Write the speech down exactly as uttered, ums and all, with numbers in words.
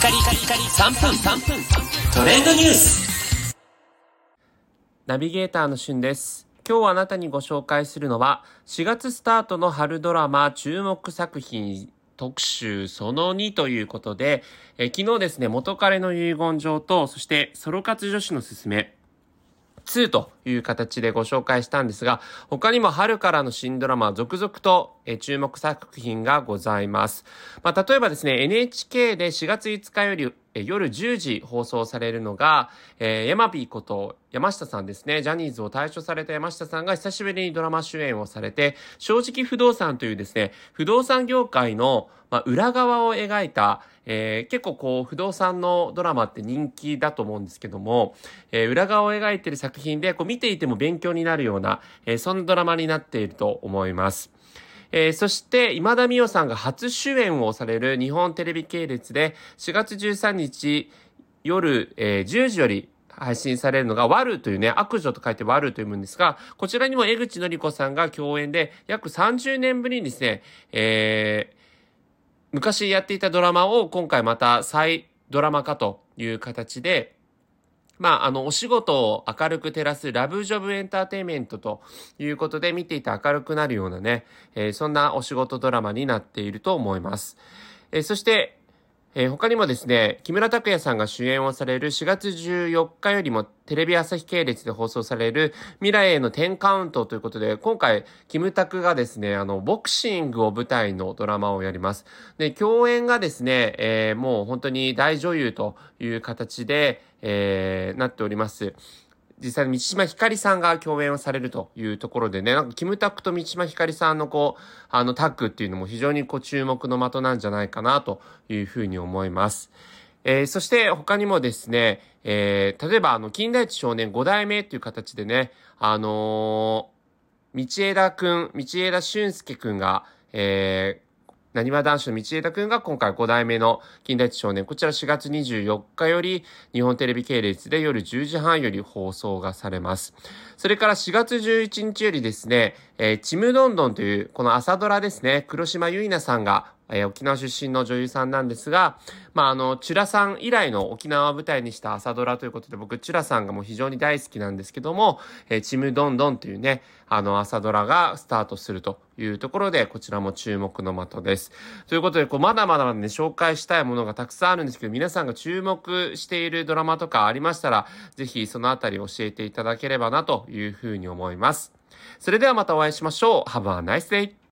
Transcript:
カリカリカリさんぷんさんぷんトレンドニュース。 ナビゲーターのしゅんです。今日あなたにご紹介するのはしがつスタートの春ドラマ注目作品特集そのにということで、え昨日ですね、元彼の遺言状と、そしてソロ活女子のすすめにという形でご紹介したんですが、他にも春からの新ドラマ続々とえ注目作品がございます。まあ、例えばですね、エヌエイチケー でしがついつかよりえ夜じゅうじ放送されるのが、えー、ヤマピーこと山下さんですね。ジャニーズを退所された山下さんが久しぶりにドラマ主演をされて、正直不動産というですね、不動産業界の、まあ、裏側を描いた、えー、結構こう不動産のドラマって人気だと思うんですけども、えー、裏側を描いている作品でこう見ていても勉強になるような、えー、そんなドラマになっていると思います。えー、そして今田美桜さんが初主演をされる日本テレビ系列でしがつじゅうさんにち夜、えー、じゅうじより配信されるのがワルというね、悪女と書いてワルと読むんですが、こちらにも江口のり子さんが共演で約さんじゅうねんぶりにですね、えー、昔やっていたドラマを今回また再ドラマ化という形で、まあ、あの、お仕事を明るく照らすラブジョブエンターテインメントということで見ていて明るくなるようなね、えー、そんなお仕事ドラマになっていると思います。えー、そして、えー、他にもですね、木村拓哉さんが主演をされるしがつじゅうよっかよりもテレビ朝日系列で放送される未来へのじゅうカウントということで、今回、キムタクがですね、あの、ボクシングを舞台のドラマをやります。で、共演がですね、えー、もう本当に大女優という形で、えー、なっております。実際に満島ひかりさんが共演をされるというところでね、なんかキムタクと満島ひかりさんのこう、あのタッグっていうのも非常にこう注目の的なんじゃないかなというふうに思います。えー、そして他にもですね、えー、例えばあの、金田一少年ご代目っていう形でね、あのー、道枝くん、道枝俊介くんが、えー、なにわ男子の道枝くんが今回ご代目の金田一少年。こちらしがつにじゅうよっかより日本テレビ系列で夜じゅうじはんより放送がされます。それからしがつじゅういちにちよりですね、えー、ちむどんどんというこの朝ドラですね、黒島結菜さんが、えー、沖縄出身の女優さんなんですが、まあ、あの、チュラさん以来の沖縄を舞台にした朝ドラということで、僕、チュラさんがもう非常に大好きなんですけども、えー、ちむどんどんというね、あの、朝ドラがスタートするというところで、こちらも注目の的です。ということで、こう、まだまだね、紹介したいものがたくさんあるんですけど、皆さんが注目しているドラマとかありましたら、ぜひそのあたり教えていただければなというふうに思います。それではまたお会いしましょう。Have a nice day!